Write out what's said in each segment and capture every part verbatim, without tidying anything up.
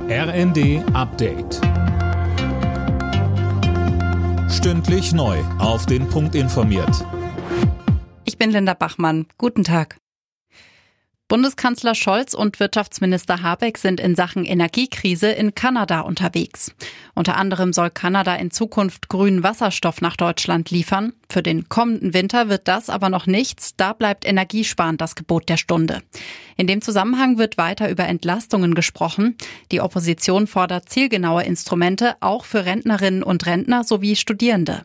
R N D Update. Stündlich neu auf den Punkt informiert. Ich bin Linda Bachmann. Guten Tag. Bundeskanzler Scholz und Wirtschaftsminister Habeck sind in Sachen Energiekrise in Kanada unterwegs. Unter anderem soll Kanada in Zukunft grünen Wasserstoff nach Deutschland liefern. Für den kommenden Winter wird das aber noch nichts. Da bleibt Energiesparen das Gebot der Stunde. In dem Zusammenhang wird weiter über Entlastungen gesprochen. Die Opposition fordert zielgenaue Instrumente, auch für Rentnerinnen und Rentner sowie Studierende.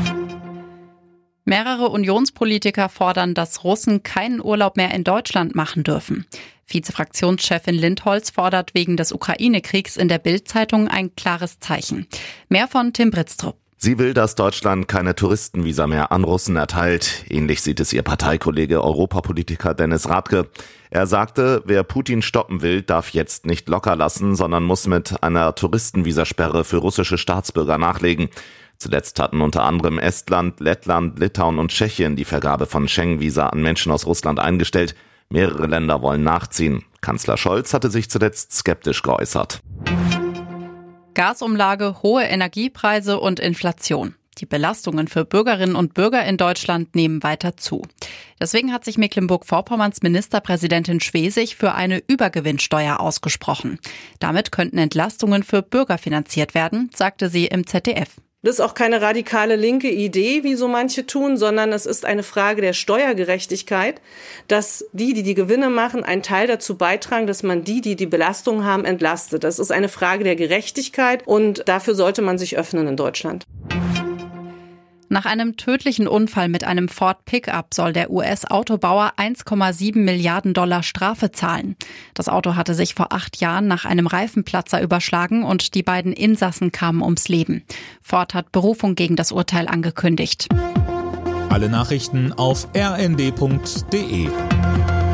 Mehrere Unionspolitiker fordern, dass Russen keinen Urlaub mehr in Deutschland machen dürfen. Vizefraktionschefin Lindholz fordert wegen des Ukraine-Kriegs in der Bild-Zeitung ein klares Zeichen. Mehr von Tim Britztrup. Sie will, dass Deutschland keine Touristenvisa mehr an Russen erteilt. Ähnlich sieht es ihr Parteikollege Europapolitiker Dennis Radke. Er sagte, wer Putin stoppen will, darf jetzt nicht locker lassen, sondern muss mit einer Touristenvisasperre für russische Staatsbürger nachlegen. Zuletzt hatten unter anderem Estland, Lettland, Litauen und Tschechien die Vergabe von Schengen-Visa an Menschen aus Russland eingestellt. Mehrere Länder wollen nachziehen. Kanzler Scholz hatte sich zuletzt skeptisch geäußert. Gasumlage, hohe Energiepreise und Inflation. Die Belastungen für Bürgerinnen und Bürger in Deutschland nehmen weiter zu. Deswegen hat sich Mecklenburg-Vorpommerns Ministerpräsidentin Schwesig für eine Übergewinnsteuer ausgesprochen. Damit könnten Entlastungen für Bürger finanziert werden, sagte sie im Z D F. Das ist auch keine radikale linke Idee, wie so manche tun, sondern es ist eine Frage der Steuergerechtigkeit, dass die, die die Gewinne machen, einen Teil dazu beitragen, dass man die, die die Belastung haben, entlastet. Das ist eine Frage der Gerechtigkeit und dafür sollte man sich öffnen in Deutschland. Nach einem tödlichen Unfall mit einem Ford Pickup soll der U S-Autobauer eins Komma sieben Milliarden Dollar Strafe zahlen. Das Auto hatte sich vor acht Jahren nach einem Reifenplatzer überschlagen und die beiden Insassen kamen ums Leben. Ford hat Berufung gegen das Urteil angekündigt. Alle Nachrichten auf r n d punkt d e.